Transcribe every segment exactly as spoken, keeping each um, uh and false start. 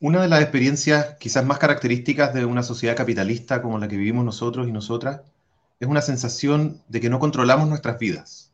Una de las experiencias quizás más características de una sociedad capitalista como la que vivimos nosotros y nosotras es una sensación de que no controlamos nuestras vidas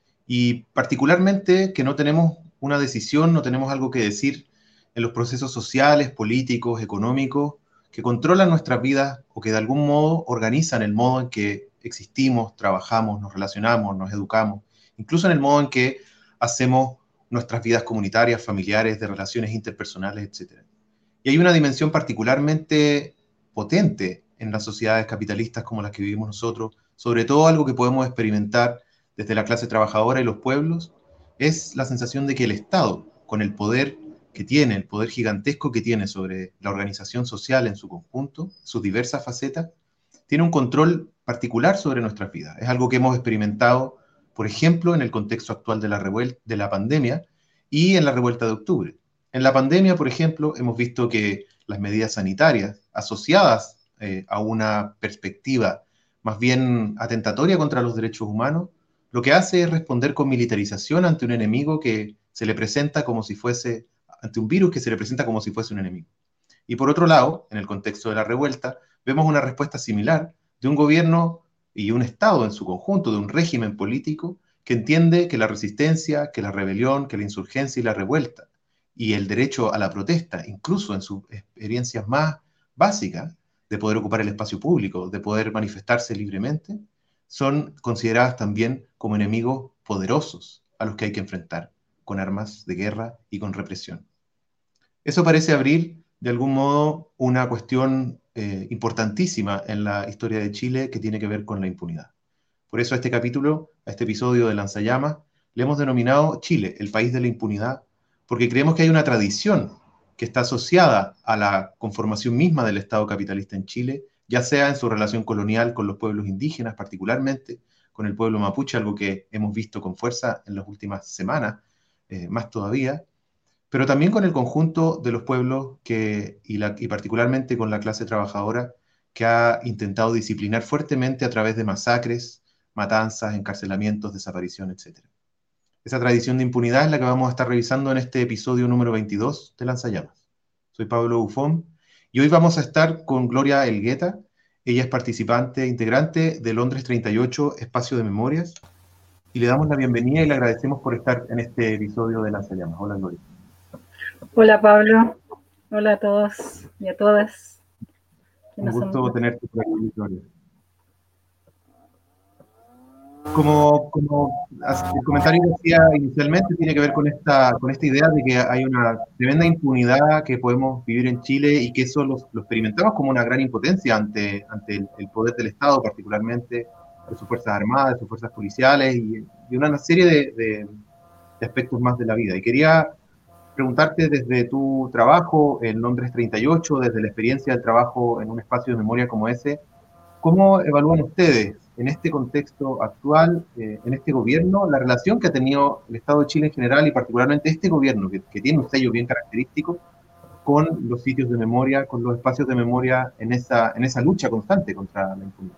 y particularmente que no tenemos una decisión, no tenemos algo que decir en los procesos sociales, políticos, económicos que controlan nuestras vidas o que de algún modo organizan el modo en que existimos, trabajamos, nos relacionamos, nos educamos, incluso en el modo en que hacemos nuestras vidas comunitarias, familiares, de relaciones interpersonales, etcétera. Y hay una dimensión particularmente potente en las sociedades capitalistas como las que vivimos nosotros, sobre todo algo que podemos experimentar desde la clase trabajadora y los pueblos, es la sensación de que el Estado, con el poder que tiene, el poder gigantesco que tiene sobre la organización social en su conjunto, sus diversas facetas, tiene un control particular sobre nuestras vidas. Es algo que hemos experimentado, por ejemplo, en el contexto actual de la, revuelta, de la pandemia y en la revuelta de octubre. En la pandemia, por ejemplo, hemos visto que las medidas sanitarias asociadas eh, a una perspectiva más bien atentatoria contra los derechos humanos, lo que hace es responder con militarización ante un enemigo que se le presenta como si fuese, ante un virus que se le presenta como si fuese un enemigo. Y por otro lado, en el contexto de la revuelta, vemos una respuesta similar de un gobierno y un Estado en su conjunto, de un régimen político que entiende que la resistencia, que la rebelión, que la insurgencia y la revuelta y el derecho a la protesta, incluso en sus experiencias más básicas, de poder ocupar el espacio público, de poder manifestarse libremente, son consideradas también como enemigos poderosos a los que hay que enfrentar con armas de guerra y con represión. Eso parece abrir, de algún modo, una cuestión eh, importantísima en la historia de Chile que tiene que ver con la impunidad. Por eso a este capítulo, a este episodio de Lanzallamas, le hemos denominado Chile, el país de la impunidad, porque creemos que hay una tradición que está asociada a la conformación misma del Estado capitalista en Chile, ya sea en su relación colonial con los pueblos indígenas, particularmente con el pueblo mapuche, algo que hemos visto con fuerza en las últimas semanas, eh, más todavía, pero también con el conjunto de los pueblos que, y, la, y particularmente con la clase trabajadora que ha intentado disciplinar fuertemente a través de masacres, matanzas, encarcelamientos, desaparición, etcétera. Esa tradición de impunidad es la que vamos a estar revisando en este episodio número veintidós de Lanzallamas. Soy Pablo Bufón y hoy vamos a estar con Gloria Elgueta. Ella es participante, integrante de Londres treinta y ocho, Espacio de Memorias, y le damos la bienvenida y le agradecemos por estar en este episodio de Lanzallamas. Hola, Gloria. Hola Pablo, hola a todos y a todas. Un gusto tenerte por aquí, Gloria. Como, como el comentario que hacía inicialmente tiene que ver con esta, con esta idea de que hay una tremenda impunidad que podemos vivir en Chile y que eso lo, lo experimentamos como una gran impotencia ante, ante el, el poder del Estado, particularmente de sus fuerzas armadas, de sus fuerzas policiales y, y una serie de, de, de aspectos más de la vida. Y quería preguntarte desde tu trabajo en Londres treinta y ocho, desde la experiencia del trabajo en un espacio de memoria como ese, ¿cómo evalúan ustedes en este contexto actual, eh, en este gobierno, la relación que ha tenido el Estado de Chile en general y particularmente este gobierno, que, que tiene un sello bien característico, con los sitios de memoria, con los espacios de memoria en esa, en esa lucha constante contra la impunidad?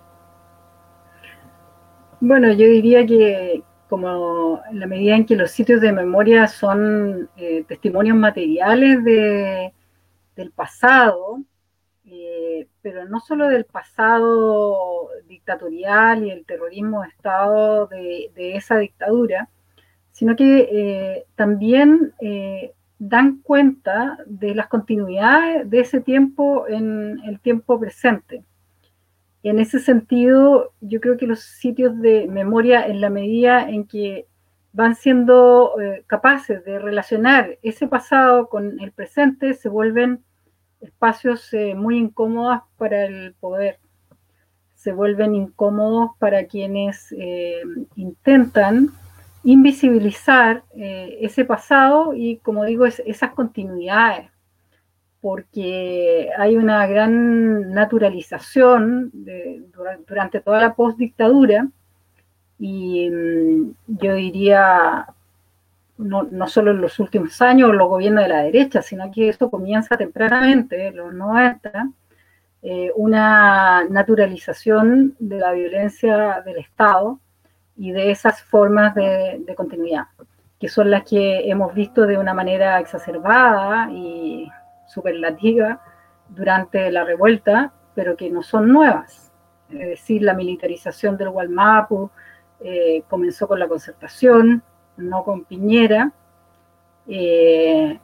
Bueno, yo diría que como en la medida en que los sitios de memoria son eh, testimonios materiales de, del pasado, eh, pero no solo del pasado dictatorial y el terrorismo de Estado de, de esa dictadura, sino que eh, también eh, dan cuenta de las continuidades de ese tiempo en el tiempo presente. Y en ese sentido, yo creo que los sitios de memoria, en la medida en que van siendo eh, capaces de relacionar ese pasado con el presente, se vuelven espacios eh, muy incómodos para el poder, se vuelven incómodos para quienes eh, intentan invisibilizar eh, ese pasado y, como digo, es, esas continuidades, porque hay una gran naturalización de, durante toda la postdictadura y mmm, yo diría, no, no solo en los últimos años, los gobiernos de la derecha, sino que esto comienza tempranamente, en los noventa, eh, una naturalización de la violencia del Estado y de esas formas de, de continuidad, que son las que hemos visto de una manera exacerbada y superlativa durante la revuelta, pero que no son nuevas. Es decir, la militarización del Gualmapu eh, comenzó con la Concertación, no con Piñera, eh,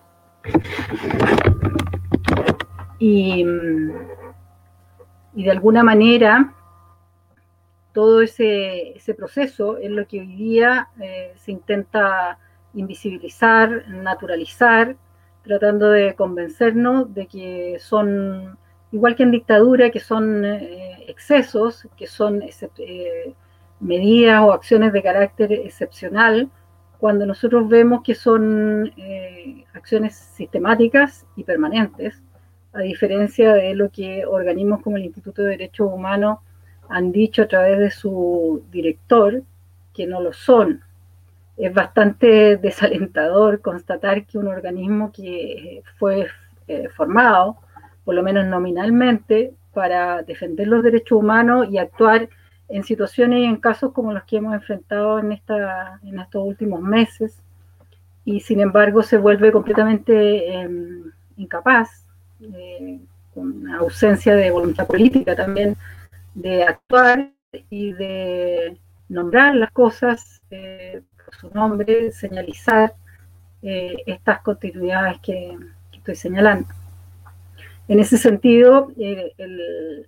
y, y de alguna manera todo ese, ese proceso es lo que hoy día eh, se intenta invisibilizar, naturalizar, tratando de convencernos de que son, igual que en dictadura, que son eh, excesos, que son eh, medidas o acciones de carácter excepcional, cuando nosotros vemos que son eh, acciones sistemáticas y permanentes, a diferencia de lo que organismos como el Instituto de Derechos Humanos han dicho a través de su director, que no lo son. Es bastante desalentador constatar que un organismo que fue eh, formado, por lo menos nominalmente, para defender los derechos humanos y actuar en situaciones y en casos como los que hemos enfrentado en, esta, en estos últimos meses, y sin embargo se vuelve completamente eh, incapaz, eh, con ausencia de voluntad política también, de actuar y de nombrar las cosas eh, por su nombre, señalizar eh, estas continuidades que, que, estoy señalando. En ese sentido, eh, el,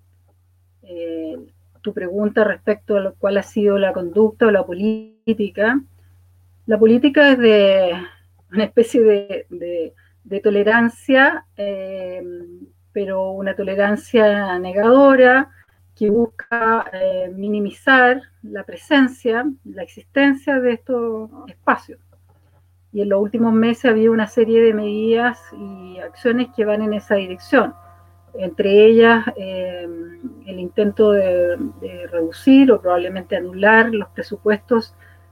eh, tu pregunta respecto a lo cual ha sido la conducta o la política, la política es de una especie de, de, de tolerancia, eh, pero una tolerancia negadora, que busca eh, minimizar la presencia, la existencia de estos espacios. Y en los últimos meses ha habido una serie de medidas y acciones que van en esa dirección. Entre ellas, eh, el intento de, de reducir o probablemente anular los presupuestos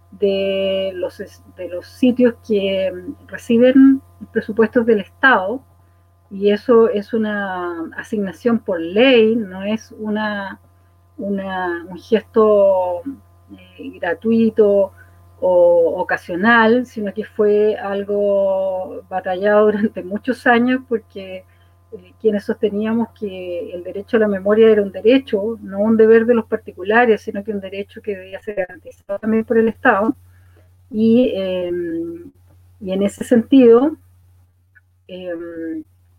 de los, de los sitios que reciben presupuestos del Estado, y eso es una asignación por ley, no es una, una, un gesto eh, gratuito o ocasional, sino que fue algo batallado durante muchos años, porque eh, quienes sosteníamos que el derecho a la memoria era un derecho, no un deber de los particulares, sino que un derecho que debía ser garantizado también por el Estado, y, eh, y en ese sentido, eh,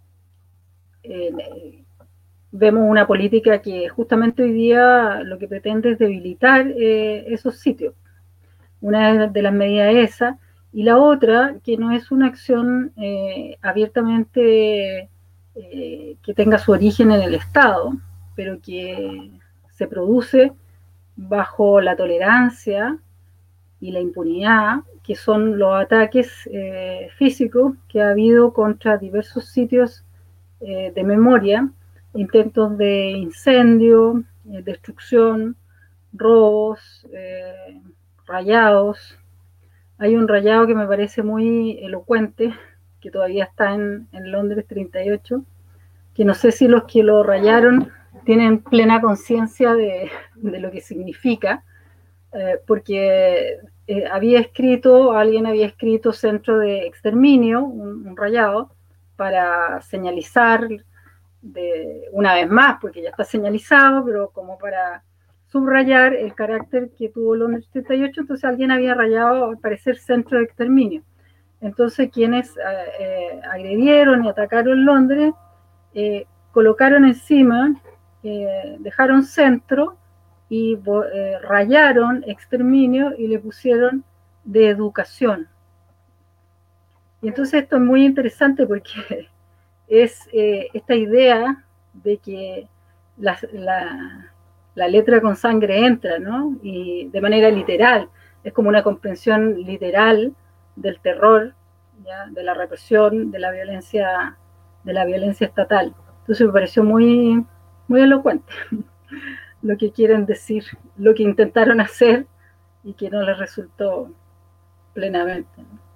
Eh, vemos una política que justamente hoy día lo que pretende es debilitar eh, esos sitios. Una de las medidas es esa, y la otra, que no es una acción eh, abiertamente eh, que tenga su origen en el Estado, pero que se produce bajo la tolerancia y la impunidad, que son los ataques eh, físicos que ha habido contra diversos sitios Eh, de memoria, intentos de incendio, eh, destrucción, robos, eh, rayados. Hay un rayado que me parece muy elocuente, que todavía está en, en Londres treinta y ocho, que no sé si los que lo rayaron tienen plena conciencia de, de lo que significa, eh, porque eh, había escrito, alguien había escrito centro de exterminio, un, un rayado, para señalizar de una vez más, porque ya está señalizado, pero como para subrayar el carácter que tuvo Londres treinta y ocho, entonces alguien había rayado, al parecer, centro de exterminio. Entonces quienes eh, agredieron y atacaron Londres, eh, colocaron encima, eh, dejaron centro y eh, rayaron exterminio y le pusieron de educación. Y entonces esto es muy interesante porque es eh, esta idea de que la, la, la letra con sangre entra, ¿no? Y de manera literal, es como una comprensión literal del terror, ¿ya? De la represión, de la violencia, de la violencia estatal. Entonces me pareció muy, muy elocuente lo que quieren decir, lo que intentaron hacer y que no les resultó plenamente, ¿no?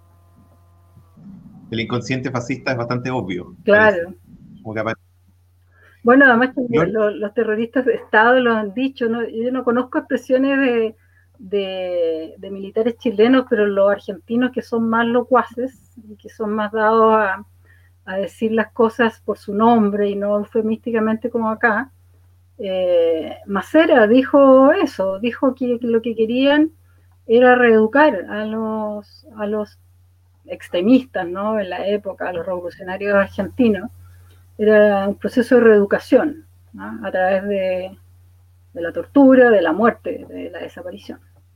El inconsciente fascista es bastante obvio. Claro. Parece. Bueno, además que yo, los, los terroristas de Estado lo han dicho, ¿no? Yo no conozco expresiones de, de, de militares chilenos, pero los argentinos, que son más locuaces y que son más dados a, a decir las cosas por su nombre y no eufemísticamente como acá, eh, Macera dijo eso, dijo que lo que querían era reeducar a los, a los extremistas, ¿no? En la época, a los revolucionarios argentinos. Era un proceso de reeducación, ¿no? A través de, de la tortura, de la muerte, de la desaparición.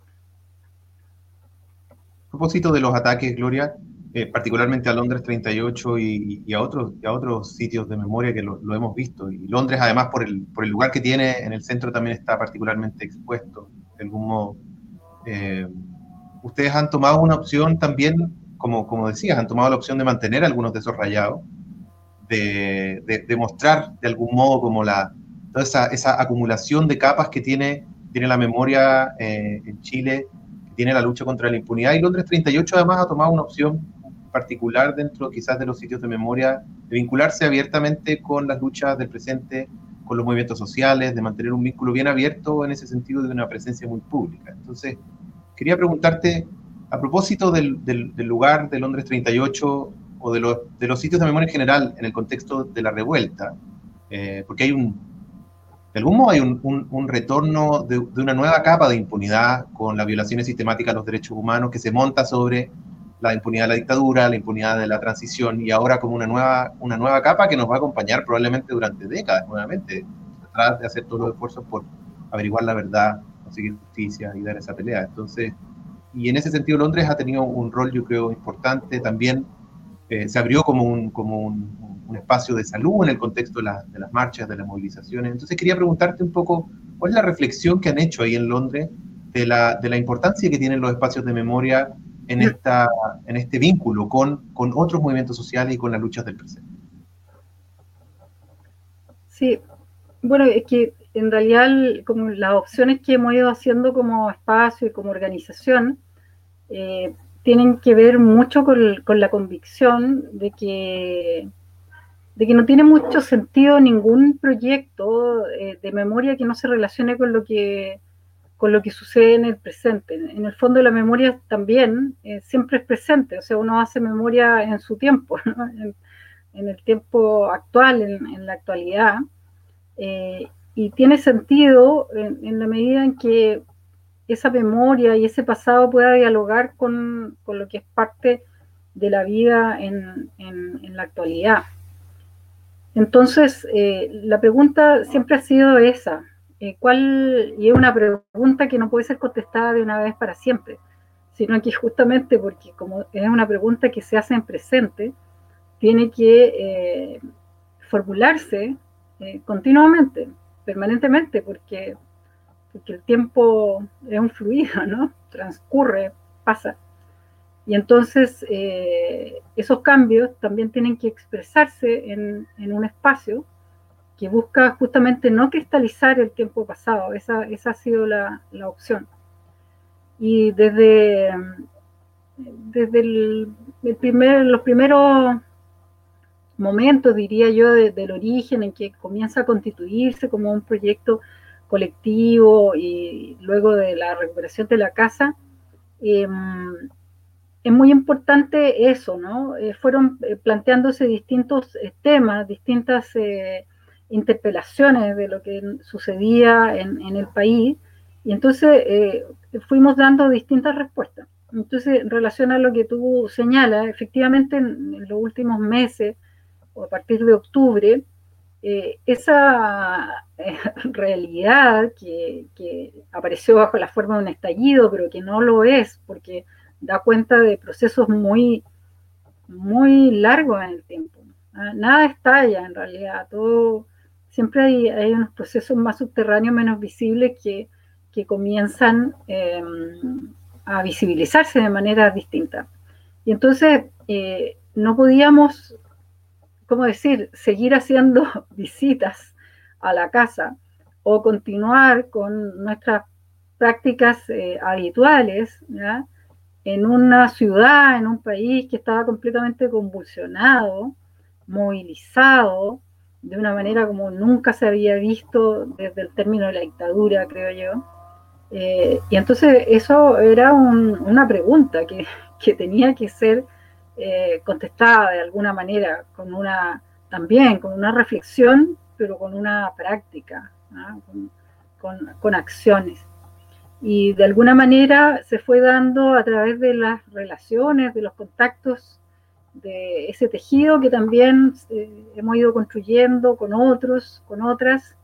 A propósito de los ataques, Gloria, eh, particularmente a Londres treinta y ocho y, y, a otros, y a otros sitios de memoria que lo, lo hemos visto, y Londres además por el, por el lugar que tiene en el centro también está particularmente expuesto de algún modo. Eh, ustedes han tomado una opción también, como, como decías, han tomado la opción de mantener algunos de esos rayados, de, de, de mostrar de algún modo como la, toda esa, esa acumulación de capas que tiene, tiene la memoria eh, en Chile, que tiene la lucha contra la impunidad, y Londres treinta y ocho además ha tomado una opción particular dentro quizás de los sitios de memoria, de vincularse abiertamente con las luchas del presente, con los movimientos sociales, de mantener un vínculo bien abierto en ese sentido de una presencia muy pública. Entonces, quería preguntarte, a propósito del, del, del lugar de Londres treinta y ocho, o de los, de los sitios de memoria en general, en el contexto de la revuelta, eh, porque hay un, de algún modo hay un, un, un retorno de, de una nueva capa de impunidad con las violaciones sistemáticas a los derechos humanos que se monta sobre la impunidad de la dictadura, la impunidad de la transición, y ahora como una nueva, una nueva capa que nos va a acompañar probablemente durante décadas nuevamente, tratar de hacer todos los esfuerzos por averiguar la verdad, conseguir justicia y dar esa pelea. Entonces, y en ese sentido Londres ha tenido un rol, yo creo, importante también. Eh, se abrió como, un, como un, un espacio de salud en el contexto de, la, de las marchas, de las movilizaciones. Entonces quería preguntarte un poco, ¿cuál es la reflexión que han hecho ahí en Londres de la, de la importancia que tienen los espacios de memoria en, esta, en este vínculo con, con otros movimientos sociales y con las luchas del presente? Sí, bueno, es que en realidad como las opciones que hemos ido haciendo como espacio y como organización, eh, tienen que ver mucho con, con la convicción de que, de que no tiene mucho sentido ningún proyecto eh, de memoria que no se relacione con lo que, con lo que sucede en el presente. En el fondo la memoria también eh, siempre es presente, o sea, uno hace memoria en su tiempo, ¿no? en, en el tiempo actual, en, en la actualidad, eh, y tiene sentido en, en la medida en que esa memoria y ese pasado pueda dialogar con, con lo que es parte de la vida en, en, en la actualidad. Entonces, eh, la pregunta siempre ha sido esa, eh, ¿cuál? Y es una pregunta que no puede ser contestada de una vez para siempre, sino que justamente porque como es una pregunta que se hace en presente, tiene que eh, formularse eh, continuamente, permanentemente, porque porque el tiempo es un fluido, ¿no? Transcurre, pasa. Y entonces eh, esos cambios también tienen que expresarse en, en, un espacio que busca justamente no cristalizar el tiempo pasado. Esa, esa ha sido la, la opción. Y desde, desde el, el primer, los primeros momentos, diría yo, de, del origen en que comienza a constituirse como un proyecto colectivo y luego de la recuperación de la casa, eh, es muy importante eso, ¿no? Eh, fueron eh, planteándose distintos eh, temas, distintas eh, interpelaciones de lo que sucedía en, en el país, y entonces eh, fuimos dando distintas respuestas. Entonces, en relación a lo que tú señalas, efectivamente en, en los últimos meses, o a partir de octubre, eh, esa eh, realidad que, que apareció bajo la forma de un estallido, pero que no lo es, porque da cuenta de procesos muy, muy largos en el tiempo. Nada estalla en realidad, todo, siempre hay, hay unos procesos más subterráneos, menos visibles, que, que comienzan eh, a visibilizarse de manera distinta. Y entonces eh, no podíamos, ¿cómo decir?, seguir haciendo visitas a la casa o continuar con nuestras prácticas eh, habituales, ¿ya?, en una ciudad, en un país que estaba completamente convulsionado, movilizado, de una manera como nunca se había visto desde el término de la dictadura, creo yo. Eh, y entonces eso era un, una pregunta que, que tenía que ser eh, contestada de alguna manera, con una, también con una reflexión, pero con una práctica, ¿no? con, con, con acciones. Y de alguna manera se fue dando a través de las relaciones, de los contactos, de ese tejido que también eh, hemos ido construyendo con otros, con otras,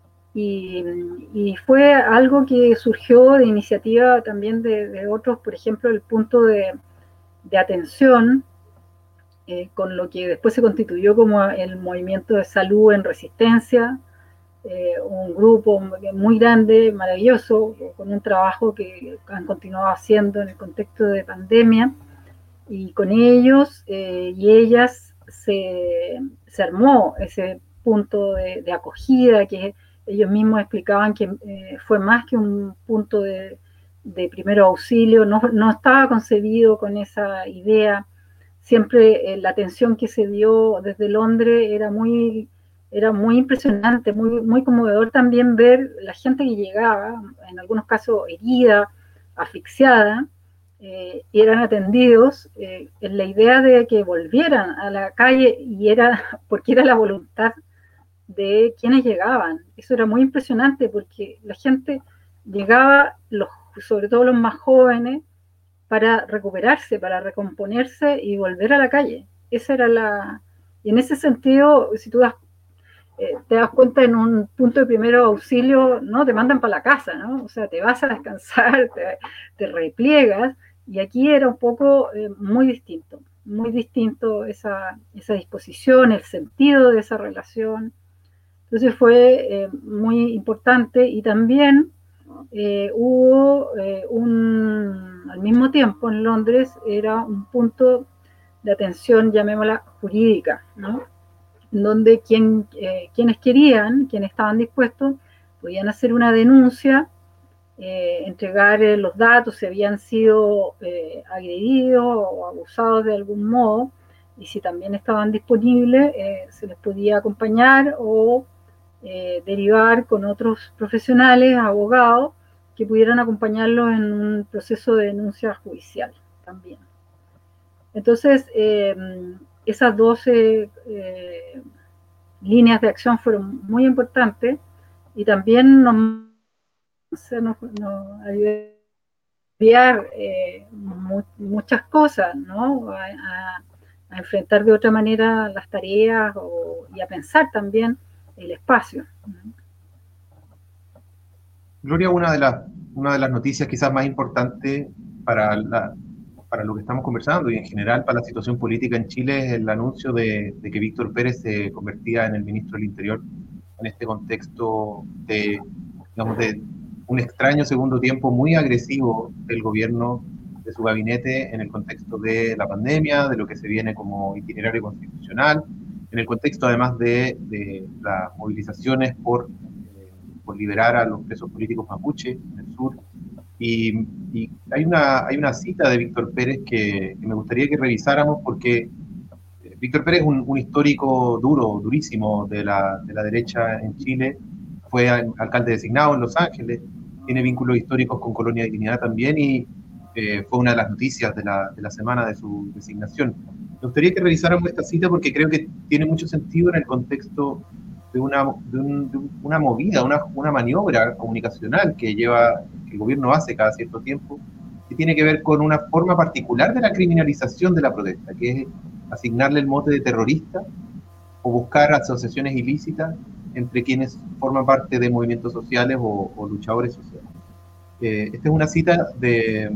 y, y fue algo que surgió de iniciativa también de, de otros, por ejemplo, el punto de, de atención, eh, con lo que después se constituyó como el movimiento de salud en resistencia, eh, un grupo muy grande, maravilloso, con un trabajo que han continuado haciendo en el contexto de pandemia, y con ellos eh, y ellas se, se, armó ese punto de, de acogida que ellos mismos explicaban que eh, fue más que un punto de, de primero auxilio, no, no estaba concebido con esa idea. Siempre eh, la atención que se dio desde Londres era muy, era muy impresionante, muy, muy conmovedor también ver la gente que llegaba, en algunos casos herida, asfixiada, eh, y eran atendidos eh, en la idea de que volvieran a la calle, y era porque era la voluntad de quienes llegaban. Eso era muy impresionante porque la gente llegaba, los, sobre todo los más jóvenes, para recuperarse, para recomponerse y volver a la calle. Esa era la... Y en ese sentido, si tú das, eh, te das cuenta, en un punto de primero auxilio, ¿no? Te mandan para la casa, ¿no? O sea, te vas a descansar, te, te repliegas, y aquí era un poco eh, muy distinto, muy distinto esa, esa disposición, el sentido de esa relación. Entonces fue eh, muy importante, y también eh, hubo eh, un, al mismo tiempo en Londres, era un punto de atención, llamémosla jurídica, ¿no? Donde quien, eh, quienes querían, quienes estaban dispuestos, podían hacer una denuncia, eh, entregar eh, los datos si habían sido eh, agredidos o abusados de algún modo, y si también estaban disponibles, eh, se les podía acompañar o eh, derivar con otros profesionales, abogados, que pudieran acompañarlos en un proceso de denuncia judicial también. Entonces, eh, esas doce eh, líneas de acción fueron muy importantes, y también nos, nos, nos ayudaron a estudiar eh, mu muchas cosas, ¿no? A, a, a enfrentar de otra manera las tareas, o, y a pensar también el espacio. Gloria, una de, las, una de las noticias quizás más importantes para, la, para lo que estamos conversando y en general para la situación política en Chile es el anuncio de, de que Víctor Pérez se convertía en el ministro del Interior en este contexto de, digamos, de un extraño segundo tiempo muy agresivo del gobierno, de su gabinete, en el contexto de la pandemia, de lo que se viene como itinerario constitucional, en el contexto además de, de las movilizaciones por, eh, por liberar a los presos políticos mapuche en el sur. Y, y hay, una, hay una cita de Víctor Pérez que, que me gustaría que revisáramos, porque Víctor Pérez es un, un histórico duro, durísimo de la, de la derecha en Chile, fue alcalde designado en Los Ángeles, tiene vínculos históricos con Colonia Dignidad también, y eh, fue una de las noticias de la, de la semana de su designación. Me gustaría que revisáramos esta cita porque creo que tiene mucho sentido en el contexto de una, de un, de una movida, una, una maniobra comunicacional que lleva, que el gobierno hace cada cierto tiempo, que tiene que ver con una forma particular de la criminalización de la protesta, que es asignarle el mote de terrorista o buscar asociaciones ilícitas entre quienes forman parte de movimientos sociales o, o luchadores sociales. Eh, esta es una cita de,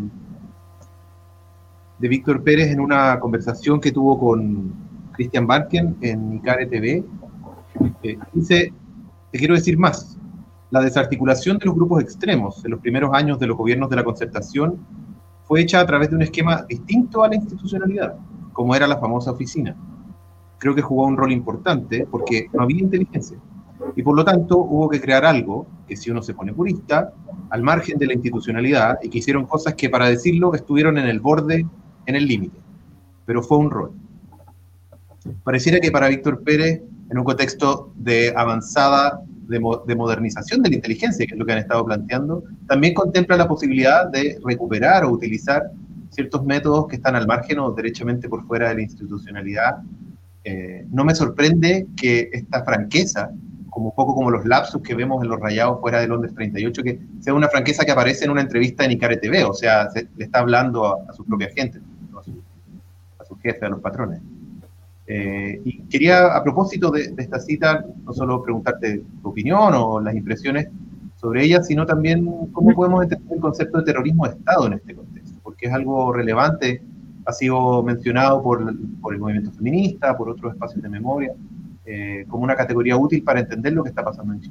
de Víctor Pérez en una conversación que tuvo con Christian Barken en Icare T V. Eh, dice, te quiero decir más, la desarticulación de los grupos extremos en los primeros años de los gobiernos de la concertación fue hecha a través de un esquema distinto a la institucionalidad, como era la famosa oficina. Creo que jugó un rol importante porque no había inteligencia, y por lo tanto hubo que crear algo que, si uno se pone purista, al margen de la institucionalidad, y que hicieron cosas que, para decirlo, estuvieron en el borde, en el límite, pero fue un rol. Pareciera que para Víctor Pérez, en un contexto de avanzada, de, mo de modernización de la inteligencia, que es lo que han estado planteando, también contempla la posibilidad de recuperar o utilizar ciertos métodos que están al margen o derechamente por fuera de la institucionalidad. Eh, no me sorprende que esta franqueza, como un poco como los lapsus que vemos en los rayados fuera de Londres treinta y ocho, que sea una franqueza que aparece en una entrevista en Icare T V, o sea, se, le está hablando a, a su propia gente, a su, a su jefe, a los patrones. Eh, y quería, a propósito de, de esta cita, no solo preguntarte tu opinión o las impresiones sobre ella, sino también cómo podemos entender el concepto de terrorismo de Estado en este contexto, porque es algo relevante, ha sido mencionado por, por el movimiento feminista, por otros espacios de memoria, eh, como una categoría útil para entender lo que está pasando en Chile.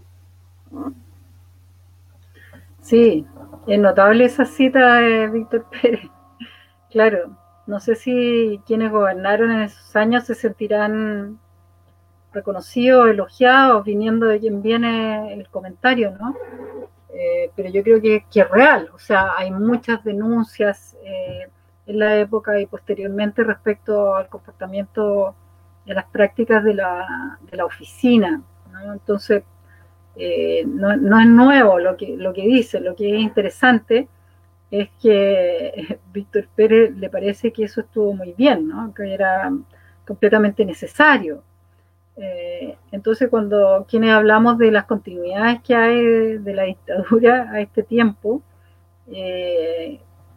Sí, es notable esa cita de Víctor Pérez. Claro, no sé si quienes gobernaron en esos años se sentirán reconocidos, elogiados, viniendo de quien viene el comentario, ¿no? Eh, pero yo creo que, que es real, o sea, hay muchas denuncias eh, en la época y posteriormente respecto al comportamiento de las prácticas de la, de la oficina, ¿no? Entonces, eh, no, no es nuevo lo que, lo que dice, lo que es interesante es que Víctor Pérez le parece que eso estuvo muy bien, ¿no? Que era completamente necesario. Eh, entonces, cuando quienes hablamos de las continuidades que hay de, de la dictadura a este tiempo, eh,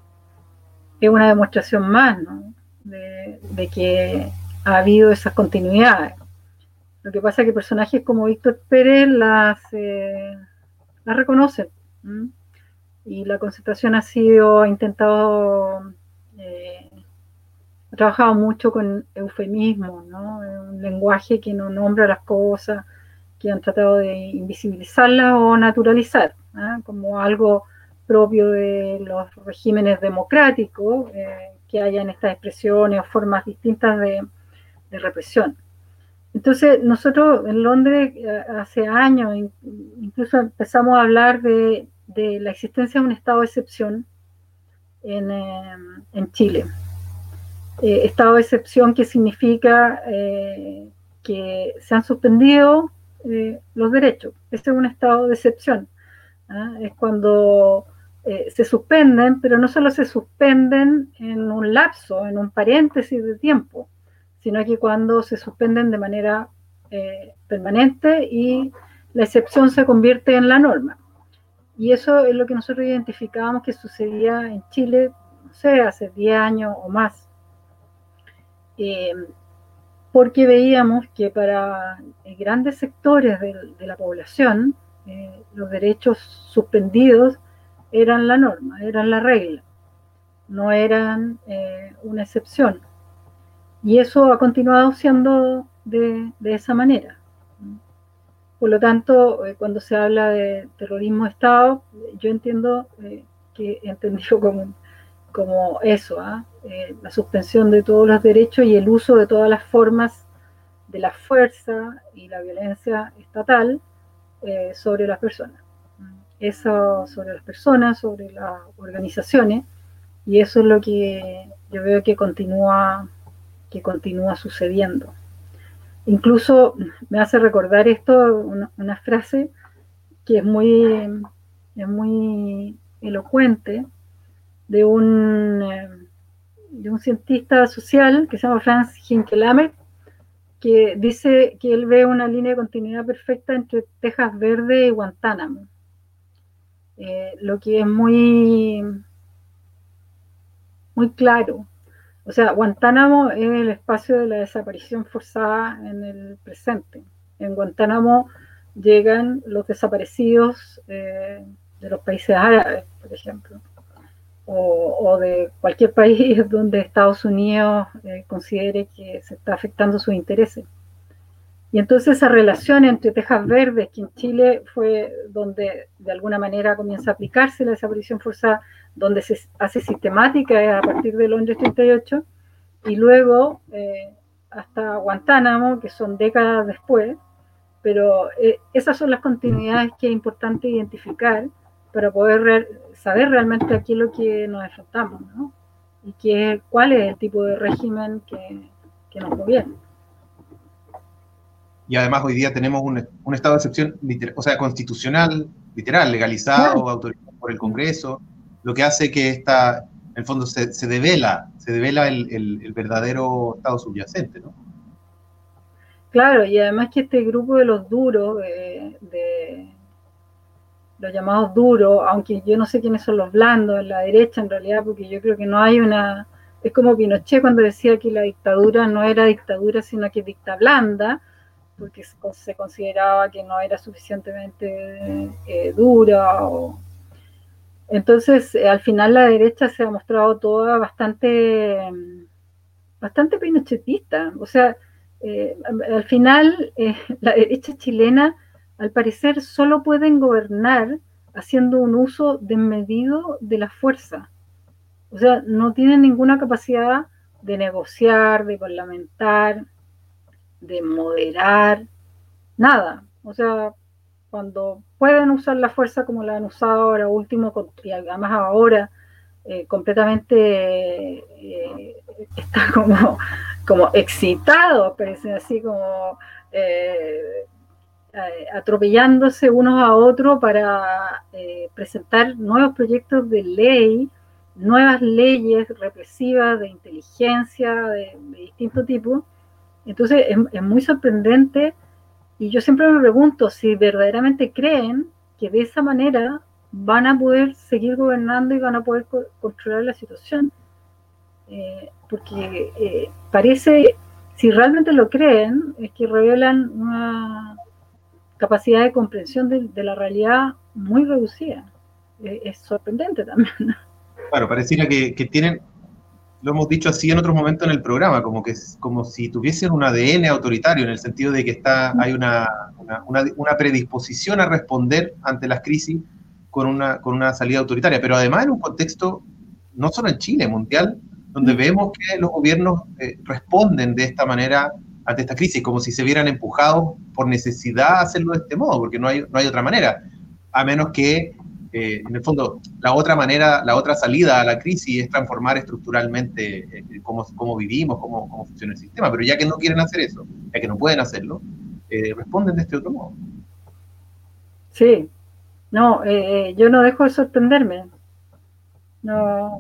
es una demostración más, ¿no? de, de que ha habido esas continuidades. Lo que pasa es que personajes como Víctor Pérez las, eh, las reconocen, ¿m? Y la concertación ha sido, ha intentado, eh, ha trabajado mucho con eufemismo, ¿no? Un lenguaje que no nombra las cosas, que han tratado de invisibilizarlas o naturalizar, ¿eh? Como algo propio de los regímenes democráticos, eh, que hayan estas expresiones o formas distintas de, de represión. Entonces, nosotros en Londres hace años incluso empezamos a hablar de, de la existencia de un estado de excepción en, eh, en Chile. Eh, estado de excepción que significa eh, que se han suspendido eh, los derechos. Ese es un estado de excepción. ¿eh? Es cuando eh, se suspenden, pero no solo se suspenden en un lapso, en un paréntesis de tiempo, sino que cuando se suspenden de manera eh, permanente y la excepción se convierte en la norma. Y eso es lo que nosotros identificábamos que sucedía en Chile, no sé, hace diez años o más. Eh, porque veíamos que para grandes sectores de, de la población, eh, los derechos suspendidos eran la norma, eran la regla, no eran eh, una excepción. Y eso ha continuado siendo de, de esa manera. Por lo tanto, eh, cuando se habla de terrorismo de Estado, yo entiendo eh, que entendido como, como eso, ¿eh? Eh, la suspensión de todos los derechos y el uso de todas las formas de la fuerza y la violencia estatal eh, sobre las personas. Eso sobre las personas, sobre las organizaciones, y eso es lo que yo veo que continúa que continúa sucediendo. Incluso me hace recordar esto, una, una frase que es muy, es muy elocuente de un, de un cientista social que se llama Franz Hinkelamer, que dice que él ve una línea de continuidad perfecta entre Tejas Verde y Guantánamo, eh, lo que es muy, muy claro. O sea, Guantánamo es el espacio de la desaparición forzada en el presente. En Guantánamo llegan los desaparecidos eh, de los países árabes, por ejemplo, o, o de cualquier país donde Estados Unidos eh, considere que se está afectando sus intereses. Y entonces esa relación entre Tejas Verdes, que en Chile fue donde de alguna manera comienza a aplicarse la desaparición forzada, donde se hace sistemática a partir de Londres treinta y ocho, y luego eh, hasta Guantánamo, que son décadas después, pero eh, esas son las continuidades que es importante identificar para poder re saber realmente a qué es lo que nos enfrentamos, ¿no? Y qué, cuál es el tipo de régimen que, que nos gobierna. Y además hoy día tenemos un, un estado de excepción, o sea, constitucional, literal, legalizado, claro, autorizado por el Congreso, lo que hace que esta, En el fondo se, se devela, se devela el, el, el verdadero estado subyacente, ¿no? Claro, y además que este grupo de los duros, de, de los llamados duros, aunque yo no sé quiénes son los blandos en la derecha en realidad, porque yo creo que no hay una... Es como Pinochet cuando decía que la dictadura no era dictadura, sino que dicta blanda, porque se consideraba que no era suficientemente eh, dura. O... Entonces, eh, al final la derecha se ha mostrado toda bastante, bastante pinochetista. O sea, eh, al final eh, la derecha chilena, al parecer, solo pueden gobernar haciendo un uso desmedido de la fuerza. O sea, no tienen ninguna capacidad de negociar, de parlamentar, de moderar, nada. O sea, cuando pueden usar la fuerza como la han usado ahora último, y además ahora eh, completamente eh, está como, como excitado, parece así como eh, atropellándose unos a otros para eh, presentar nuevos proyectos de ley, nuevas leyes represivas de inteligencia de, de distinto tipo. Entonces es, es muy sorprendente. Y yo siempre me pregunto si verdaderamente creen que de esa manera van a poder seguir gobernando y van a poder co controlar la situación. Eh, porque eh, parece, si realmente lo creen, es que revelan una capacidad de comprensión de, de la realidad muy reducida. Eh, es sorprendente también. Claro, pareciera que, que tienen... Lo hemos dicho así en otros momentos en el programa, como que es como si tuviesen un A D N autoritario, en el sentido de que está, hay una, una, una, una predisposición a responder ante las crisis con una, con una salida autoritaria, pero además en un contexto, no solo en Chile, mundial, donde vemos que los gobiernos eh, responden de esta manera ante esta crisis, como si se vieran empujados por necesidad a hacerlo de este modo, porque no hay, no hay otra manera, a menos que Eh, en el fondo, la otra manera, la otra salida a la crisis es transformar estructuralmente eh, cómo, cómo vivimos, cómo, cómo funciona el sistema, pero ya que no quieren hacer eso, ya que no pueden hacerlo, eh, responden de este otro modo. Sí, no, eh, yo no dejo de sorprenderme. No.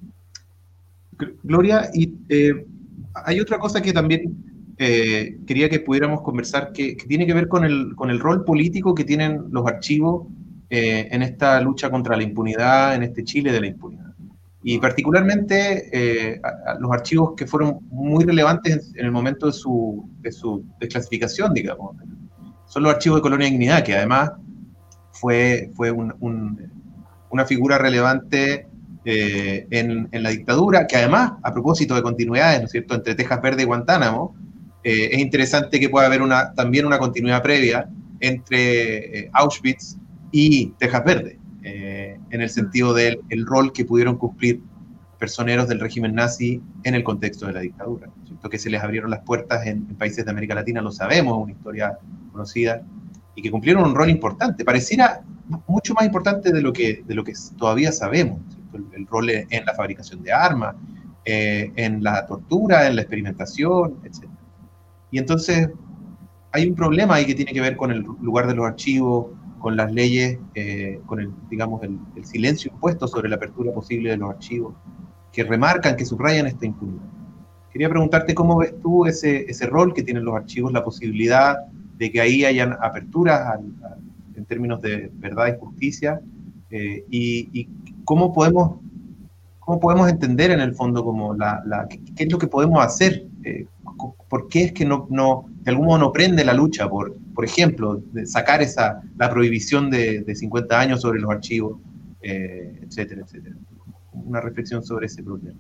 Gloria, y eh, hay otra cosa que también eh, quería que pudiéramos conversar, que, que tiene que ver con el, con el rol político que tienen los archivos eh, en esta lucha contra la impunidad, en este Chile de la impunidad. Y particularmente eh, a, a los archivos que fueron muy relevantes en, en el momento de su, de su desclasificación, digamos. Son los archivos de Colonia Dignidad, que además fue, fue un, un, una figura relevante eh, en, en la dictadura, que además, a propósito de continuidades, ¿no es cierto?, entre Tejas Verde y Guantánamo, eh, es interesante que pueda haber una, también una continuidad previa entre eh, Auschwitz y Tejas Verde, eh, en el sentido del el rol que pudieron cumplir personeros del régimen nazi en el contexto de la dictadura, ¿cierto? Que se les abrieron las puertas en, en países de América Latina, lo sabemos, una historia conocida, y que cumplieron un rol importante, pareciera mucho más importante de lo que, de lo que todavía sabemos, el, el rol en la fabricación de armas, eh, en la tortura, en la experimentación, etcétera. Y entonces hay un problema ahí que tiene que ver con el lugar de los archivos, con las leyes, eh, con el, digamos, el, el silencio impuesto sobre la apertura posible de los archivos, que remarcan, que subrayan esta impunidad. Quería preguntarte cómo ves tú ese, ese rol que tienen los archivos, la posibilidad de que ahí hayan aperturas al, al, en términos de verdad y justicia, eh, y, y cómo podemos, cómo podemos entender en el fondo como la, la, qué, qué es lo que podemos hacer, eh, por qué es que no, no, de algún modo no prende la lucha por, por ejemplo, de sacar esa, la prohibición de, de cincuenta años sobre los archivos, eh, etcétera, etcétera. Una reflexión sobre ese problema.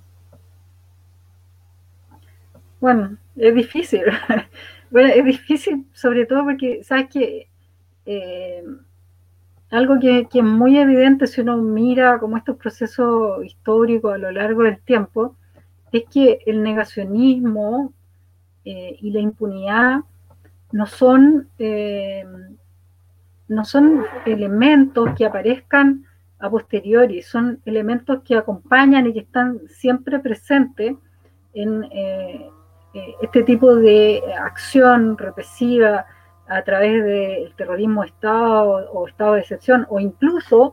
Bueno, es difícil. Bueno, es difícil sobre todo porque, ¿sabes qué? Eh, algo que, que es muy evidente si uno mira como estos procesos históricos a lo largo del tiempo, es que el negacionismo eh, y la impunidad no son, eh, no son elementos que aparezcan a posteriori, son elementos que acompañan y que están siempre presentes en eh, este tipo de acción represiva a través del terrorismo de Estado o estado de excepción, o incluso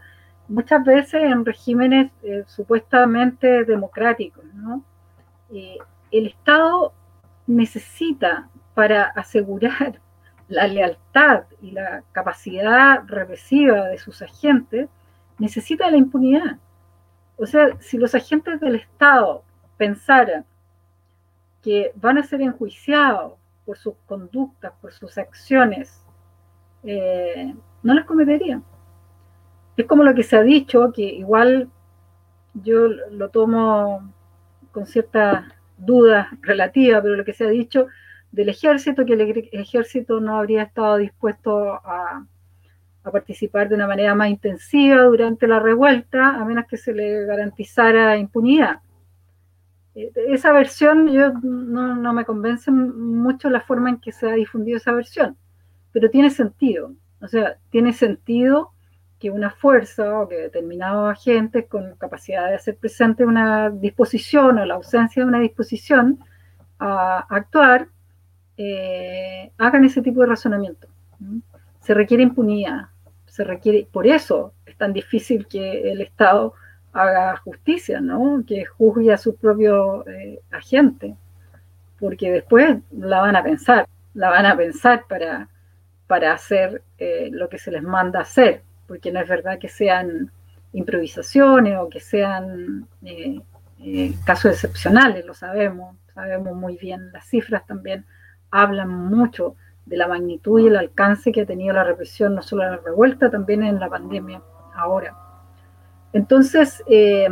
muchas veces en regímenes eh, supuestamente democráticos, ¿no? Eh, el Estado necesita, para asegurar la lealtad y la capacidad represiva de sus agentes, necesita la impunidad. O sea, si los agentes del Estado pensaran que van a ser enjuiciados por sus conductas, por sus acciones, eh, no las cometerían. Es como lo que se ha dicho, que igual yo lo tomo con ciertas dudas relativas, pero lo que se ha dicho del ejército, que el ejército no habría estado dispuesto a, a participar de una manera más intensiva durante la revuelta, a menos que se le garantizara impunidad. Esa versión yo no, no me convence mucho la forma en que se ha difundido esa versión, pero tiene sentido. O sea, tiene sentido que una fuerza o que determinados agentes con capacidad de hacer presente una disposición o la ausencia de una disposición a actuar, eh, hagan ese tipo de razonamiento. Se requiere impunidad, se requiere, por eso es tan difícil que el Estado haga justicia, ¿no? Que juzgue a sus propios eh, agentes, porque después la van a pensar, la van a pensar para, para hacer eh, lo que se les manda hacer, porque no es verdad que sean improvisaciones o que sean eh, eh, casos excepcionales, lo sabemos, sabemos muy bien, las cifras también hablan mucho de la magnitud y el alcance que ha tenido la represión, no solo en la revuelta, también en la pandemia ahora. Entonces, eh,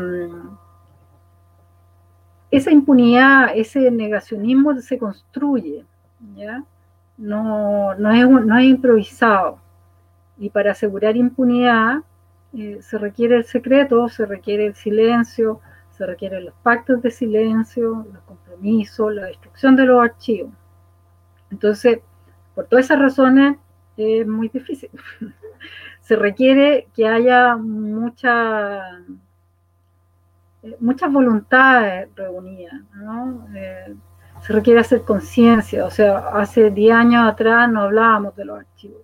esa impunidad, ese negacionismo se construye, ¿ya? No, no, es, no es improvisado. Y para asegurar impunidad eh, se requiere el secreto, se requiere el silencio, se requieren los pactos de silencio, los compromisos, la destrucción de los archivos. Entonces, por todas esas razones es muy difícil. Se requiere que haya mucha, muchas voluntades reunidas, ¿no? Eh, se requiere hacer conciencia, o sea, hace diez años atrás no hablábamos de los archivos.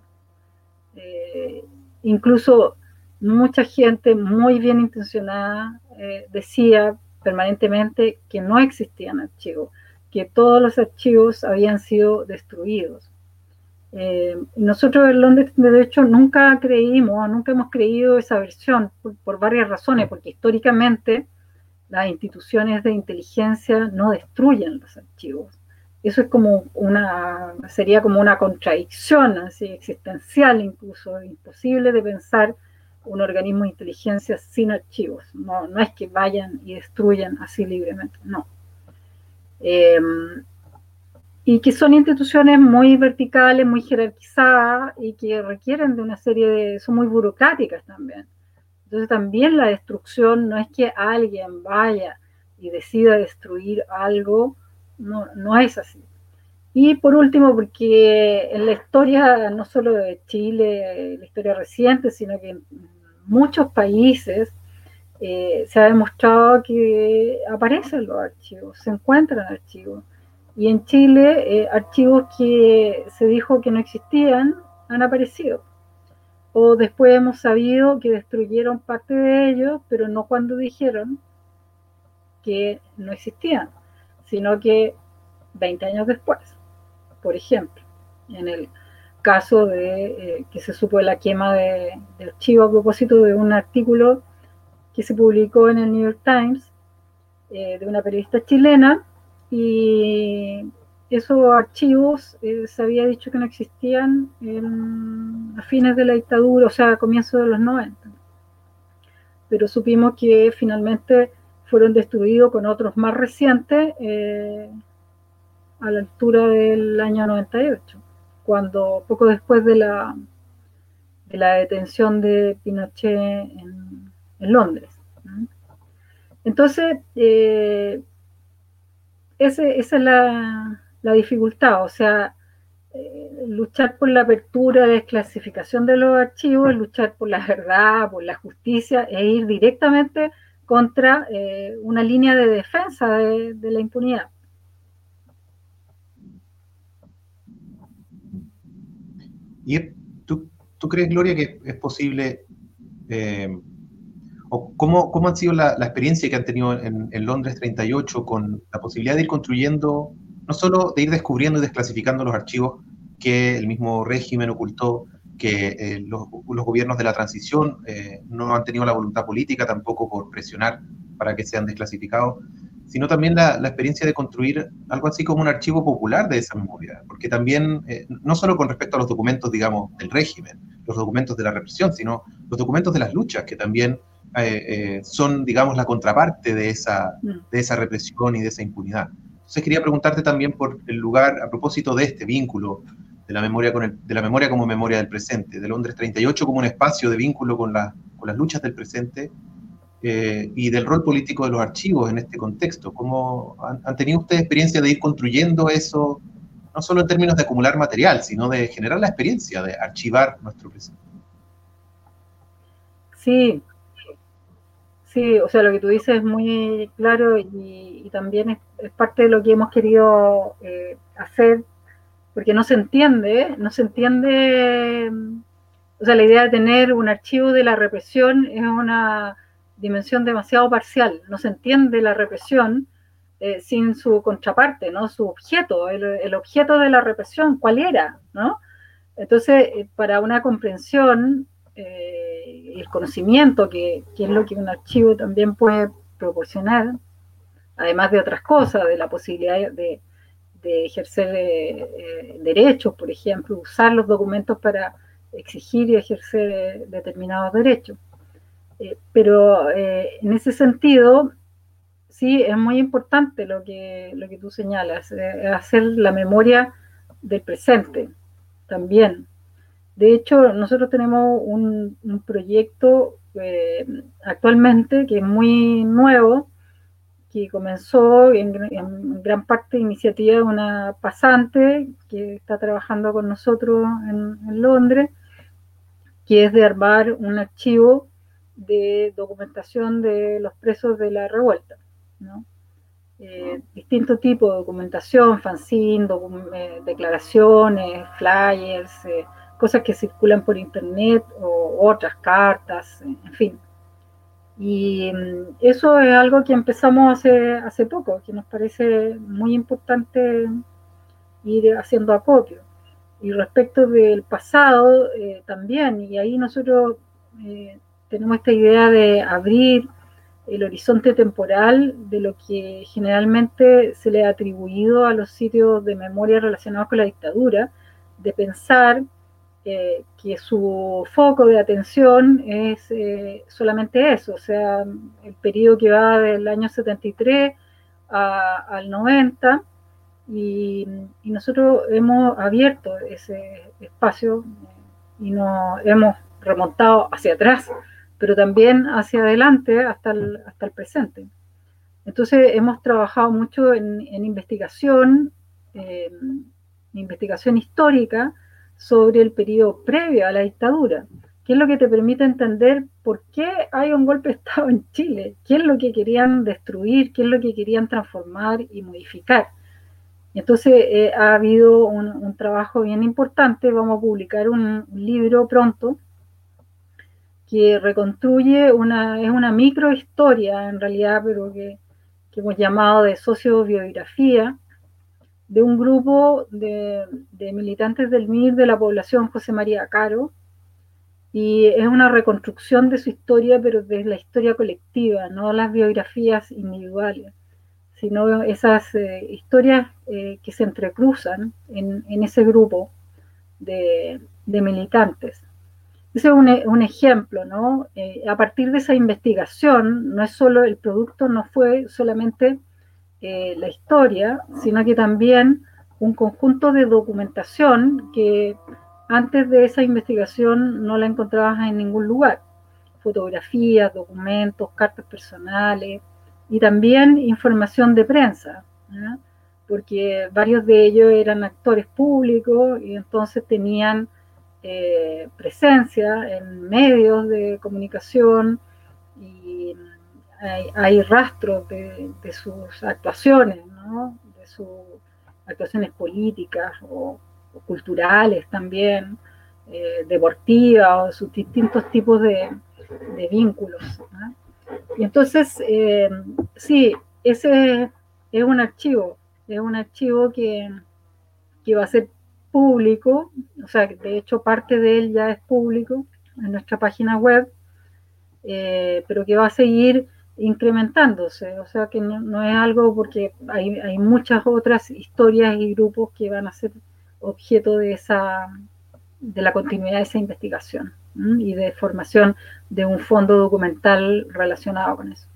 Eh, incluso mucha gente muy bien intencionada eh, decía permanentemente que no existían archivos, que todos los archivos habían sido destruidos. Eh, nosotros en Londres, de hecho, nunca creímos, nunca hemos creído esa versión por, por varias razones, porque históricamente las instituciones de inteligencia no destruyen los archivos. Eso es como una, sería como una contradicción así, existencial incluso, imposible de pensar un organismo de inteligencia sin archivos. No, no es que vayan y destruyan así libremente, no. Eh, y que son instituciones muy verticales, muy jerarquizadas y que requieren de una serie de, son muy burocráticas también. Entonces también la destrucción no es que alguien vaya y decida destruir algo, no, no es así. Y por último, porque en la historia no solo de Chile, la historia reciente, sino que en muchos países eh, se ha demostrado que aparecen los archivos, se encuentran archivos. Y en Chile, eh, archivos que se dijo que no existían han aparecido. O después hemos sabido que destruyeron parte de ellos, pero no cuando dijeron que no existían, sino que veinte años después, por ejemplo, en el caso de eh, que se supo de la quema de, de archivos a propósito de un artículo que se publicó en el New York Times eh, de una periodista chilena, y esos archivos eh, se había dicho que no existían en, a fines de la dictadura, o sea, a comienzos de los noventa. Pero supimos que finalmente fueron destruidos con otros más recientes eh, a la altura del año noventa y ocho, cuando poco después de la, de la detención de Pinochet en, en Londres. ¿no? Entonces, eh, ese, esa es la, la, dificultad, o sea, eh, luchar por la apertura, desclasificación de los archivos, luchar por la verdad, por la justicia, e ir directamente contra eh, una línea de defensa de, de la impunidad. ¿Y tú, tú crees, Gloria, que es posible eh, o cómo, cómo han sido la, la experiencia que han tenido en, en Londres treinta y ocho con la posibilidad de ir construyendo, no solo de ir descubriendo y desclasificando los archivos que el mismo régimen ocultó, que eh, los, los gobiernos de la transición eh, no han tenido la voluntad política tampoco por presionar para que sean desclasificados, sino también la, la experiencia de construir algo así como un archivo popular de esa memoria, porque también, eh, no solo con respecto a los documentos, digamos, del régimen, los documentos de la represión, sino los documentos de las luchas, que también eh, eh, son, digamos, la contraparte de esa, de esa represión y de esa impunidad. Entonces quería preguntarte también por el lugar, a propósito de este vínculo de la memoria, con el, de la memoria como memoria del presente, de Londres treinta y ocho como un espacio de vínculo con, la, con las luchas del presente, eh, y del rol político de los archivos en este contexto. ¿Cómo han, han tenido ustedes experiencia de ir construyendo eso, no solo en términos de acumular material, sino de generar la experiencia de archivar nuestro presente? Sí, sí, o sea, lo que tú dices es muy claro y, y también es, es, parte de lo que hemos querido eh, hacer, porque no se entiende, no se entiende, o sea, la idea de tener un archivo de la represión es una dimensión demasiado parcial, no se entiende la represión eh, sin su contraparte, ¿no? Su objeto, el, el objeto de la represión, ¿cuál era? ¿No? Entonces, eh, para una comprensión, eh, el conocimiento, que, que es lo que un archivo también puede proporcionar, además de otras cosas, de la posibilidad de, de ejercer eh, eh, derechos, por ejemplo, usar los documentos para exigir y ejercer eh, determinados derechos. Eh, pero eh, en ese sentido, sí, es muy importante lo que, lo que tú señalas, eh, hacer la memoria del presente también. De hecho, nosotros tenemos un, un proyecto eh, actualmente que es muy nuevo, que comenzó en, en, gran parte de iniciativa de una pasante que está trabajando con nosotros en, en Londres, que es de armar un archivo de documentación de los presos de la revuelta, ¿no? Eh, distintos tipos de documentación, fanzine, docu eh, declaraciones, flyers, eh, cosas que circulan por internet o otras cartas, en fin. Y eso es algo que empezamos hace, hace poco, que nos parece muy importante ir haciendo acopio. Y respecto del pasado, eh, también, y ahí nosotros eh, tenemos esta idea de abrir el horizonte temporal de lo que generalmente se le ha atribuido a los sitios de memoria relacionados con la dictadura, de pensar eh, que su foco de atención es eh, solamente eso, o sea, el periodo que va del año setenta y tres a, al noventa, y, y nosotros hemos abierto ese espacio y nos hemos remontado hacia atrás, pero también hacia adelante hasta el, hasta el presente. Entonces hemos trabajado mucho en, en investigación, eh, investigación histórica sobre el periodo previo a la dictadura, que es lo que te permite entender por qué hay un golpe de Estado en Chile, qué es lo que querían destruir, qué es lo que querían transformar y modificar. Entonces eh, ha habido un, un trabajo bien importante, vamos a publicar un, un libro pronto, que reconstruye una, es una microhistoria en realidad, pero que, que hemos llamado de sociobiografía, de un grupo de, de militantes del M I R de la población José María Caro, y es una reconstrucción de su historia, pero de la historia colectiva, no las biografías individuales, sino esas eh, historias eh, que se entrecruzan en, en ese grupo de, de militantes. Ese es un, un ejemplo, ¿no? Eh, a partir de esa investigación, no es solo el producto, no fue solamente eh, la historia, sino que también un conjunto de documentación que antes de esa investigación no la encontrabas en ningún lugar. Fotografías, documentos, cartas personales y también información de prensa, ¿no? Porque varios de ellos eran actores públicos y entonces tenían eh, presencia en medios de comunicación y hay, hay rastros de, de sus actuaciones, ¿no? De sus actuaciones políticas o, o culturales también, eh, deportivas o sus distintos tipos de, de vínculos, ¿no? Y entonces, eh, sí, ese es un archivo, es un archivo que, que va a ser público, o sea, de hecho parte de él ya es público en nuestra página web, eh, pero que va a seguir incrementándose, o sea que no, no es algo porque hay, hay muchas otras historias y grupos que van a ser objeto de esa, de la continuidad de esa investigación, ¿m? Y de formación de un fondo documental relacionado con eso.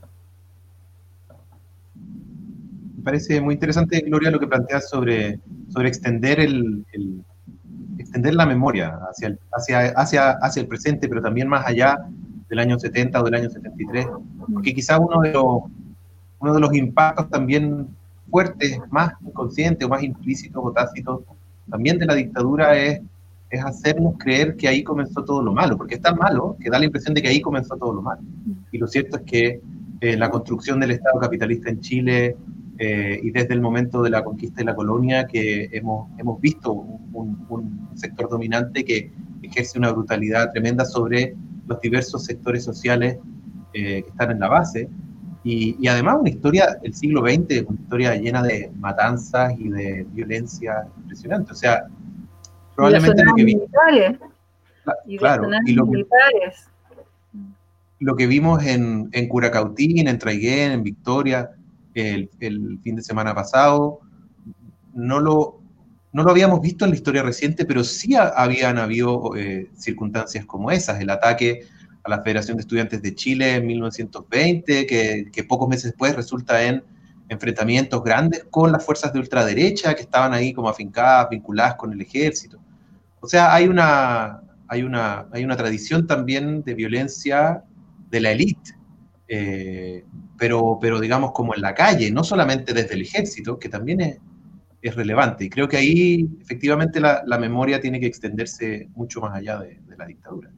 Me parece muy interesante, Gloria, lo que planteas sobre, sobre extender, el, el, extender la memoria hacia el, hacia, hacia, hacia el presente, pero también más allá del año setenta o del año setenta y tres, porque quizás uno de los, uno de los impactos también fuertes, más inconscientes o más implícitos o tácitos, también de la dictadura es, es hacernos creer que ahí comenzó todo lo malo, porque es tan malo que da la impresión de que ahí comenzó todo lo malo. Y lo cierto es que eh, la construcción del Estado capitalista en Chile, eh, y desde el momento de la conquista y la colonia, que hemos, hemos visto un, un sector dominante que ejerce una brutalidad tremenda sobre los diversos sectores sociales eh, que están en la base. Y, y, además una historia del siglo veinte, una historia llena de matanzas y de violencia impresionante. O sea, probablemente lo que vimos... militares. Y claro, y lo que, militares. lo que vimos en, en Curacautín, en Traiguén, en Victoria, el, el fin de semana pasado, no lo, no lo habíamos visto en la historia reciente, pero sí ha, habían habido eh, circunstancias como esas, el ataque a la Federación de Estudiantes de Chile en mil novecientos veinte, que, que pocos meses después resulta en enfrentamientos grandes con las fuerzas de ultraderecha que estaban ahí como afincadas, vinculadas con el ejército. O sea, hay una, hay una, hay una tradición también de violencia de la élite, eh, pero, pero digamos como en la calle, no solamente desde el ejército, que también es, es relevante. Y creo que ahí efectivamente la, la memoria tiene que extenderse mucho más allá de, de la dictadura.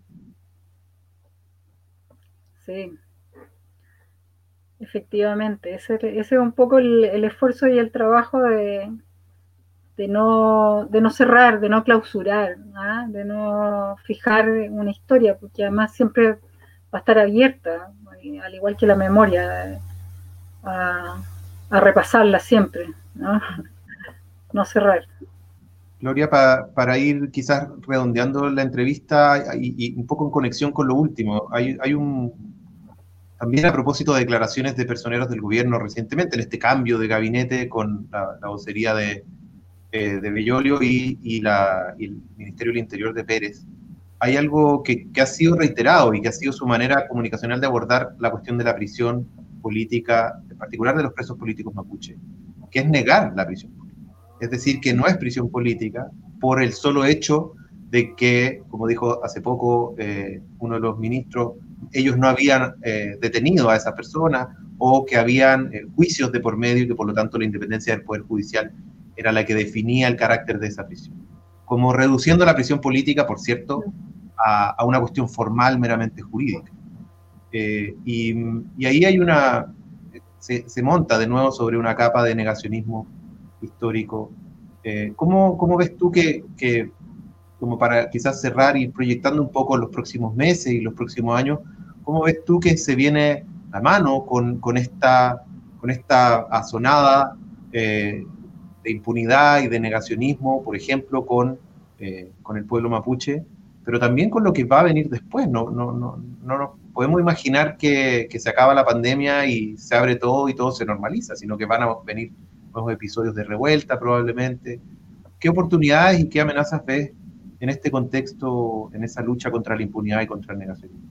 Sí, efectivamente. Ese, ese es un poco el, el esfuerzo y el trabajo de, de, no, de no cerrar, de no clausurar, ¿ah? De no fijar una historia, porque además siempre va a estar abierta, al igual que la memoria, a, a repasarla siempre, ¿no? No cerrar. Gloria, pa, para ir quizás redondeando la entrevista y, y un poco en conexión con lo último, hay, hay un, también a propósito de declaraciones de personeros del gobierno recientemente, en este cambio de gabinete con la, la vocería de, eh, de Bellolio y, y, la, y el Ministerio del Interior de Pérez, hay algo que, que ha sido reiterado y que ha sido su manera comunicacional de abordar la cuestión de la prisión política, en particular de los presos políticos mapuche, que es negar la prisión política. Es decir, que no es prisión política por el solo hecho de que, como dijo hace poco eh, uno de los ministros, ellos no habían eh, detenido a esa persona o que habían eh, juicios de por medio y que por lo tanto la independencia del Poder Judicial era la que definía el carácter de esa prisión. Como reduciendo la prisión política, por cierto, a, a una cuestión formal meramente jurídica. Eh, y, y ahí hay una, se, se monta de nuevo sobre una capa de negacionismo histórico. Eh, ¿cómo, ¿Cómo ves tú que, que, como para quizás cerrar y proyectando un poco los próximos meses y los próximos años, cómo ves tú que se viene la mano con, con, esta, con esta azonada eh, de impunidad y de negacionismo, por ejemplo, con, eh, con el pueblo mapuche, pero también con lo que va a venir después? No, no, no, no nos podemos imaginar que, que se acaba la pandemia y se abre todo y todo se normaliza, sino que van a venir nuevos episodios de revuelta probablemente. ¿Qué oportunidades y qué amenazas ves en este contexto, en esa lucha contra la impunidad y contra el negacionismo?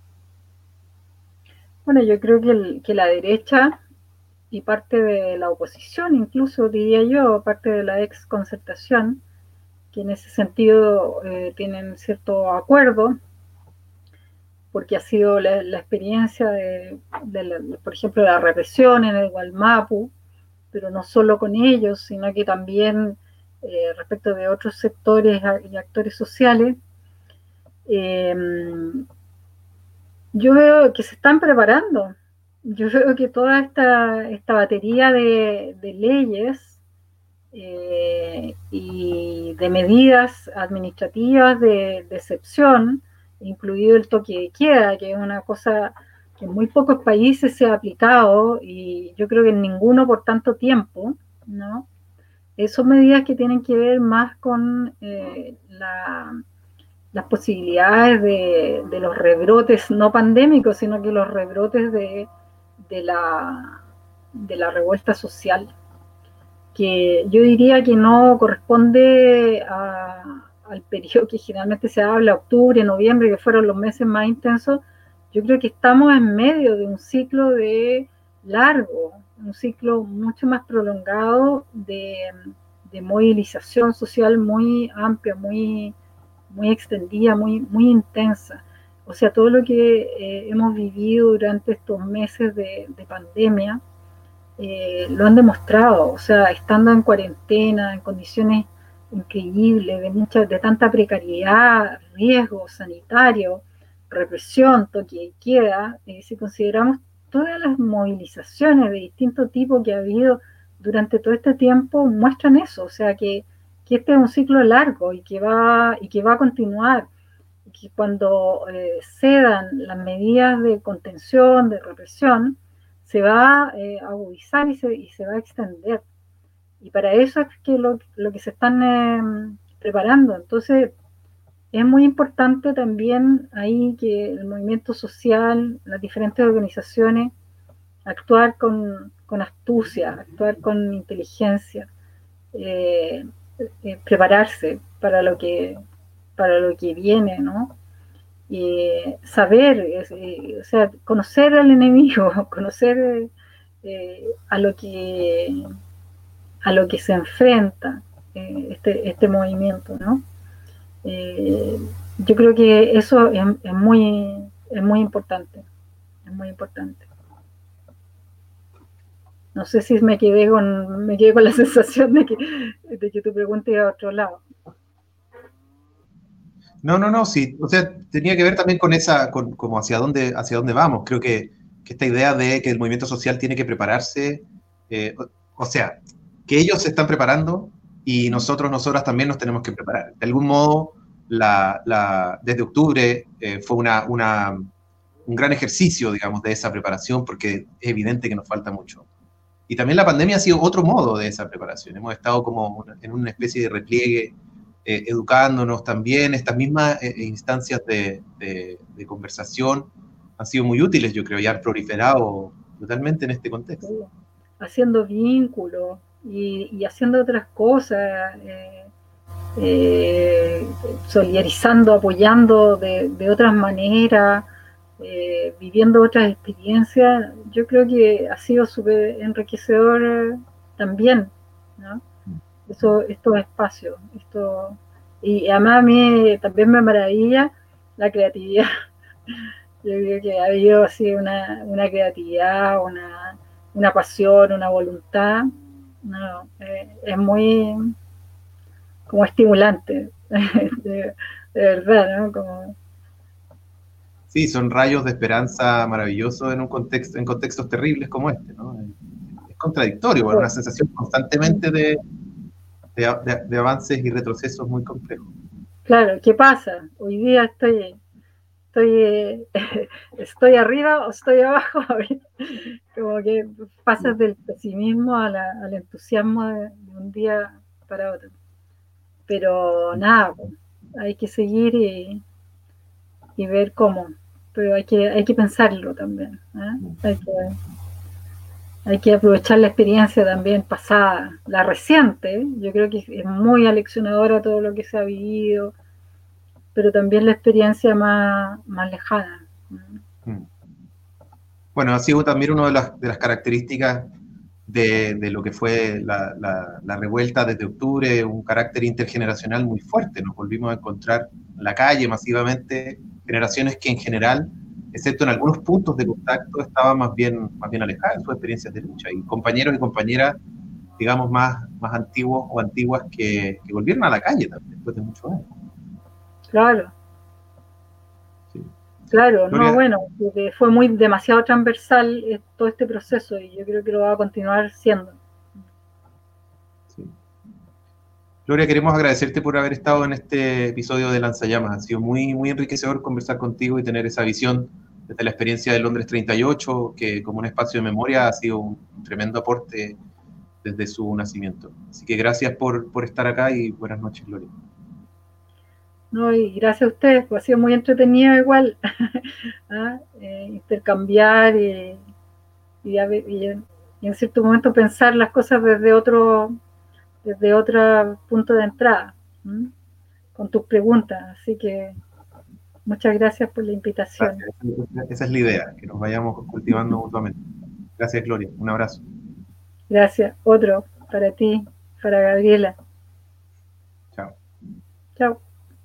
Bueno, yo creo que, el, que la derecha y parte de la oposición, incluso diría yo, parte de la ex concertación, que en ese sentido eh, tienen cierto acuerdo, porque ha sido la, la experiencia de, de la, por ejemplo, la represión en el Gualmapu, pero no solo con ellos, sino que también eh, respecto de otros sectores y actores sociales. Eh, yo veo que se están preparando. Yo veo que toda esta, esta batería de, de leyes eh, y de medidas administrativas de, de excepción, incluido el toque de queda, que es una cosa que en muy pocos países se ha aplicado y yo creo que en ninguno por tanto tiempo, ¿no? Eh, son medidas que tienen que ver más con eh, la, las posibilidades de, de, los rebrotes no pandémicos, sino que los rebrotes de, de, la, de la revuelta social, que yo diría que no corresponde a, al periodo que generalmente se habla, octubre, noviembre, que fueron los meses más intensos. Yo creo que estamos en medio de un ciclo de largo, un ciclo mucho más prolongado de, de movilización social muy amplia, muy, muy extendida, muy, muy intensa. O sea, todo lo que eh, hemos vivido durante estos meses de, de pandemia, eh, lo han demostrado, o sea, estando en cuarentena, en condiciones increíbles, de, mucha, de tanta precariedad, riesgo sanitario, represión, toque y queda, eh, si consideramos todas las movilizaciones de distinto tipo que ha habido durante todo este tiempo, muestran eso, o sea, que, que este es un ciclo largo y que va, y que va a continuar, y que cuando eh, cedan las medidas de contención, de represión, se va eh, a agudizar y se, y se va a extender. Y para eso es que lo, lo que se están eh, preparando. Entonces, es muy importante también ahí que el movimiento social, las diferentes organizaciones, actuar con, con astucia, actuar con inteligencia, eh, eh, prepararse para lo que para lo que viene, ¿no? Y saber, eh, o sea, conocer al enemigo, conocer eh, a lo que a lo que se enfrenta eh, este, este movimiento, ¿no? Eh, yo creo que eso es, es muy es muy importante, es muy importante. No sé si me quedé con me quedé con la sensación de que, de que tu pregunta iba a otro lado. No, no, no, sí. O sea, tenía que ver también con esa, con, como hacia dónde, hacia dónde vamos. Creo que, que esta idea de que el movimiento social tiene que prepararse, eh, o, o sea, que ellos se están preparando y nosotros, nosotras también nos tenemos que preparar. De algún modo, la, la, desde octubre eh, fue una, una, un gran ejercicio, digamos, de esa preparación, porque es evidente que nos falta mucho. Y también la pandemia ha sido otro modo de esa preparación. Hemos estado como en una especie de repliegue, eh, educándonos también. Estas mismas eh, instancias de, de, de conversación han sido muy útiles, yo creo, y han proliferado totalmente en este contexto. Sí. Haciendo vínculos y, y, haciendo otras cosas, eh, eh, solidarizando, apoyando de, de otras maneras, eh, viviendo otras experiencias, yo creo que ha sido súper enriquecedor también, ¿no? Eso, estos espacios, esto, y además a mí también me maravilla la creatividad. Yo creo que ha habido así una, una creatividad, una, una pasión, una voluntad, no, eh, es muy como estimulante, de, de verdad, ¿no? Como... Sí, son rayos de esperanza maravillosos en un contexto, en contextos terribles como este, ¿no? Es contradictorio, bueno, una sensación constantemente de, de, de, de avances y retrocesos muy complejos. Claro, ¿qué pasa? Hoy día estoy, estoy, estoy arriba o estoy abajo, como que pasas del pesimismo a la, al entusiasmo de, de un día para otro. Pero nada, hay que seguir y, y ver cómo, pero hay que, hay que pensarlo también, ¿eh? Hay que, hay que aprovechar la experiencia también pasada, la reciente, yo creo que es muy aleccionadora todo lo que se ha vivido, pero también la experiencia más, más lejana. Bueno, ha sido también una de las, de las características de, de, lo que fue la, la, la revuelta desde octubre, un carácter intergeneracional muy fuerte. Nos volvimos a encontrar en la calle masivamente, generaciones que en general, excepto en algunos puntos de contacto, estaban más bien, más bien alejadas de sus experiencias de lucha. Y compañeros y compañeras, digamos, más, más antiguos o antiguas que, que volvieron a la calle también, después de muchos años. Claro. Sí. Claro, Gloria. No, bueno, porque fue muy demasiado transversal todo este proceso y yo creo que lo va a continuar siendo. Sí. Gloria, queremos agradecerte por haber estado en este episodio de Lanzallamas. Ha sido muy, muy enriquecedor conversar contigo y tener esa visión desde la experiencia de Londres treinta y ocho, que como un espacio de memoria ha sido un tremendo aporte desde su nacimiento. Así que gracias por, por estar acá y buenas noches, Gloria. No, y gracias a ustedes, pues ha sido muy entretenido igual. ¿Ah? Eh, intercambiar y, y, y, y en cierto momento pensar las cosas desde otro, desde otro punto de entrada, ¿m? Con tus preguntas. Así que muchas gracias por la invitación. Gracias. Esa es la idea, que nos vayamos cultivando mutuamente. Gracias, Gloria. Un abrazo. Gracias. Otro para ti, para Gabriela. Chao. Chao.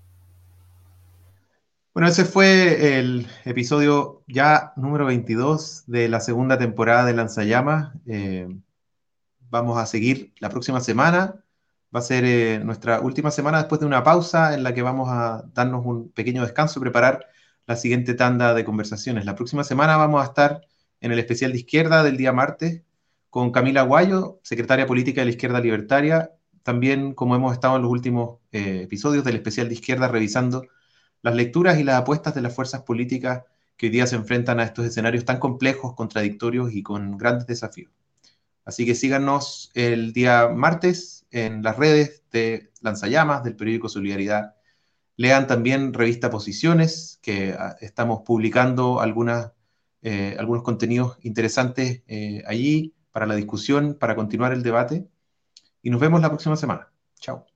Bueno, ese fue el episodio ya número veintidós de la segunda temporada de Lanzallamas. Eh, vamos a seguir la próxima semana. Va a ser eh, nuestra última semana después de una pausa en la que vamos a darnos un pequeño descanso y preparar la siguiente tanda de conversaciones. La próxima semana vamos a estar en el especial de izquierda del día martes con Camila Guayo, secretaria política de la Izquierda Libertaria. También, como hemos estado en los últimos eh, episodios del especial de izquierda, revisando las lecturas y las apuestas de las fuerzas políticas que hoy día se enfrentan a estos escenarios tan complejos, contradictorios y con grandes desafíos. Así que síganos el día martes en las redes de Lanzallamas, del periódico Solidaridad. Lean también revista Posiciones, que ah, estamos publicando algunas, eh, algunos contenidos interesantes eh, allí para la discusión, para continuar el debate. Y nos vemos la próxima semana. Chao.